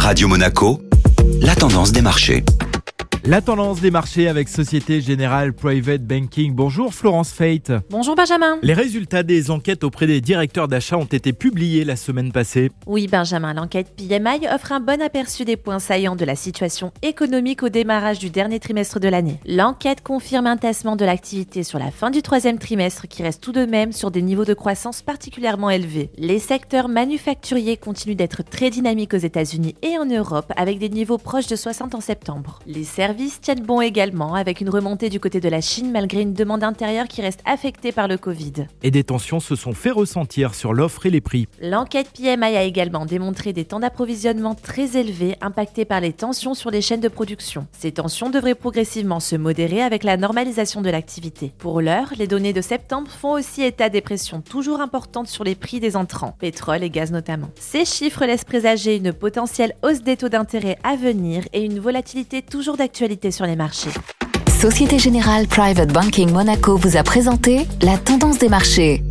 Radio Monaco, la tendance des marchés. La tendance des marchés avec Société Générale Private Banking. Bonjour Florence Fate. Bonjour Benjamin. Les résultats des enquêtes auprès des directeurs d'achat ont été publiés la semaine passée. Oui Benjamin, l'enquête PMI offre un bon aperçu des points saillants de la situation économique au démarrage du dernier trimestre de l'année. L'enquête confirme un tassement de l'activité sur la fin du troisième trimestre qui reste tout de même sur des niveaux de croissance particulièrement élevés. Les secteurs manufacturiers continuent d'être très dynamiques aux États-Unis et en Europe avec des niveaux proches de 60 en septembre. Les services tiennent bon également avec une remontée du côté de la Chine malgré une demande intérieure qui reste affectée par le Covid. Et des tensions se sont fait ressentir sur l'offre et les prix. L'enquête PMI a également démontré des temps d'approvisionnement très élevés impactés par les tensions sur les chaînes de production. Ces tensions devraient progressivement se modérer avec la normalisation de l'activité. Pour l'heure, les données de septembre font aussi état des pressions toujours importantes sur les prix des entrants, pétrole et gaz notamment. Ces chiffres laissent présager une potentielle hausse des taux d'intérêt à venir et une volatilité toujours d'actualité sur les marchés. Société Générale Private Banking Monaco vous a présenté la tendance des marchés.